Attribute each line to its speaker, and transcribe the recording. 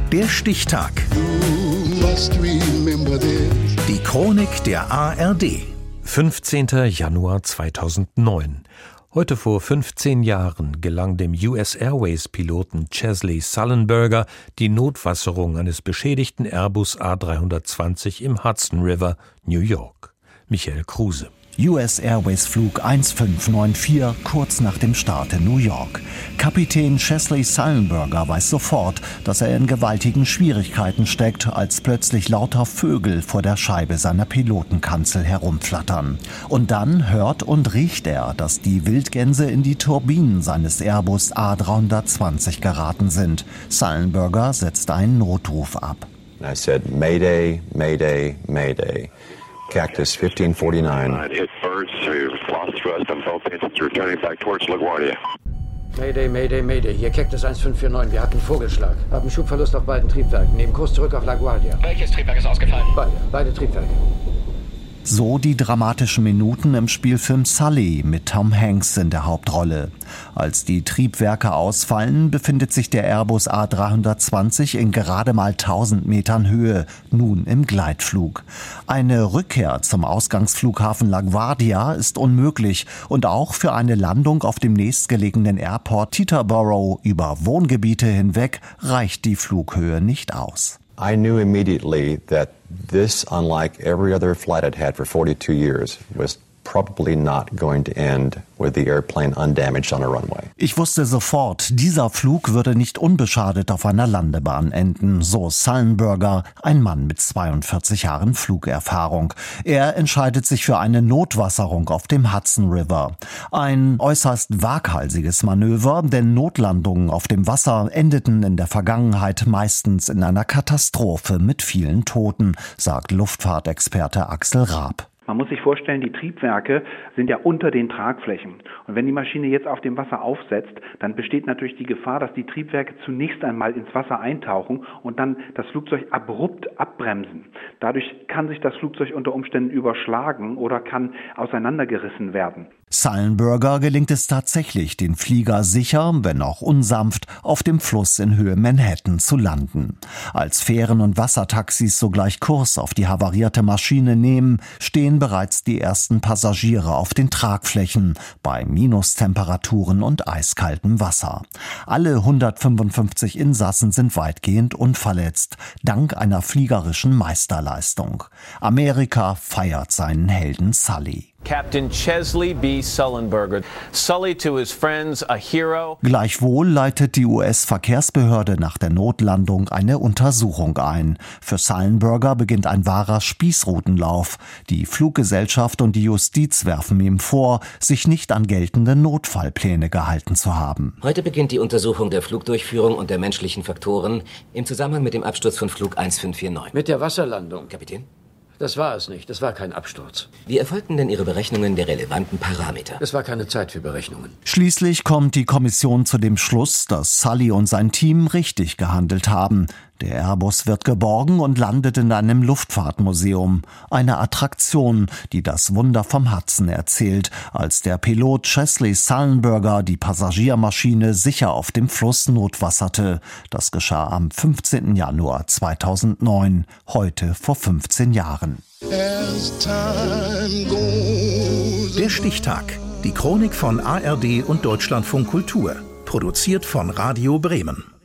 Speaker 1: Der Stichtag. Die Chronik der ARD.
Speaker 2: 15. Januar 2009. Heute vor 15 Jahren gelang dem US Airways-Piloten Chesley Sullenberger die Notwasserung eines beschädigten Airbus A320 im Hudson River, New York. Michael Kruse.
Speaker 3: US Airways Flug 1594, kurz nach dem Start in New York. Kapitän Chesley Sullenberger weiß sofort, dass er in gewaltigen Schwierigkeiten steckt, als plötzlich lauter Vögel vor der Scheibe seiner Pilotenkanzel herumflattern. Und dann hört und riecht er, dass die Wildgänse in die Turbinen seines Airbus A320 geraten sind. Sullenberger setzt einen Notruf ab.
Speaker 4: I said, Mayday, Mayday, Mayday. Cactus 1549.
Speaker 5: Hit birds, we've lost thrust on both engines, returning back towards LaGuardia.
Speaker 6: Mayday, Mayday, Mayday. Hier Cactus 1549. Wir hatten Vogelschlag. Haben Schubverlust auf beiden Triebwerken. Nehmen Kurs zurück auf LaGuardia.
Speaker 7: Welches Triebwerk ist ausgefallen?
Speaker 6: Beide Triebwerke.
Speaker 3: So die dramatischen Minuten im Spielfilm Sully mit Tom Hanks in der Hauptrolle. Als die Triebwerke ausfallen, befindet sich der Airbus A320 in gerade mal 1000 Metern Höhe, nun im Gleitflug. Eine Rückkehr zum Ausgangsflughafen LaGuardia ist unmöglich und auch für eine Landung auf dem nächstgelegenen Airport Teterboro über Wohngebiete hinweg reicht die Flughöhe nicht aus.
Speaker 4: I knew immediately that this, unlike every other flight I'd had for 42 years, was probably not going to end with the airplane undamaged on a runway.
Speaker 3: Ich wusste sofort, dieser Flug würde nicht unbeschadet auf einer Landebahn enden, so Sullenberger, ein Mann mit 42 Jahren Flugerfahrung. Er entscheidet sich für eine Notwasserung auf dem Hudson River. Ein äußerst waghalsiges Manöver, denn Notlandungen auf dem Wasser endeten in der Vergangenheit meistens in einer Katastrophe mit vielen Toten, sagt Luftfahrtexperte Axel Raab.
Speaker 8: Man muss sich vorstellen, die Triebwerke sind ja unter den Tragflächen. Und wenn die Maschine jetzt auf dem Wasser aufsetzt, dann besteht natürlich die Gefahr, dass die Triebwerke zunächst einmal ins Wasser eintauchen und dann das Flugzeug abrupt abbremsen. Dadurch kann sich das Flugzeug unter Umständen überschlagen oder kann auseinandergerissen werden.
Speaker 3: Sullenberger gelingt es tatsächlich, den Flieger sicher, wenn auch unsanft, auf dem Fluss in Höhe Manhattan zu landen. Als Fähren und Wassertaxis sogleich Kurs auf die havarierte Maschine nehmen, stehen bereits die ersten Passagiere auf den Tragflächen bei Minustemperaturen und eiskaltem Wasser. Alle 155 Insassen sind weitgehend unverletzt, dank einer fliegerischen Meisterleistung. Amerika feiert seinen Helden Sully.
Speaker 9: Captain Chesley B. Sullenberger. Sully to his friends, a hero.
Speaker 3: Gleichwohl leitet die US-Verkehrsbehörde nach der Notlandung eine Untersuchung ein. Für Sullenberger beginnt ein wahrer Spießrutenlauf. Die Fluggesellschaft und die Justiz werfen ihm vor, sich nicht an geltende Notfallpläne gehalten zu haben.
Speaker 10: Heute beginnt die Untersuchung der Flugdurchführung und der menschlichen Faktoren im Zusammenhang mit dem Absturz von Flug 1549.
Speaker 6: Mit der Wasserlandung.
Speaker 10: Kapitän?
Speaker 6: Das war es nicht. Das war kein Absturz.
Speaker 10: Wie erfolgten denn Ihre Berechnungen der relevanten Parameter?
Speaker 6: Es war keine Zeit für Berechnungen.
Speaker 3: Schließlich kommt die Kommission zu dem Schluss, dass Sully und sein Team richtig gehandelt haben. Der Airbus wird geborgen und landet in einem Luftfahrtmuseum. Eine Attraktion, die das Wunder vom Hudson erzählt, als der Pilot Chesley Sullenberger die Passagiermaschine sicher auf dem Fluss notwasserte. Das geschah am 15. Januar 2009, heute vor 15 Jahren.
Speaker 1: Der Stichtag. Die Chronik von ARD und Deutschlandfunk Kultur. Produziert von Radio Bremen.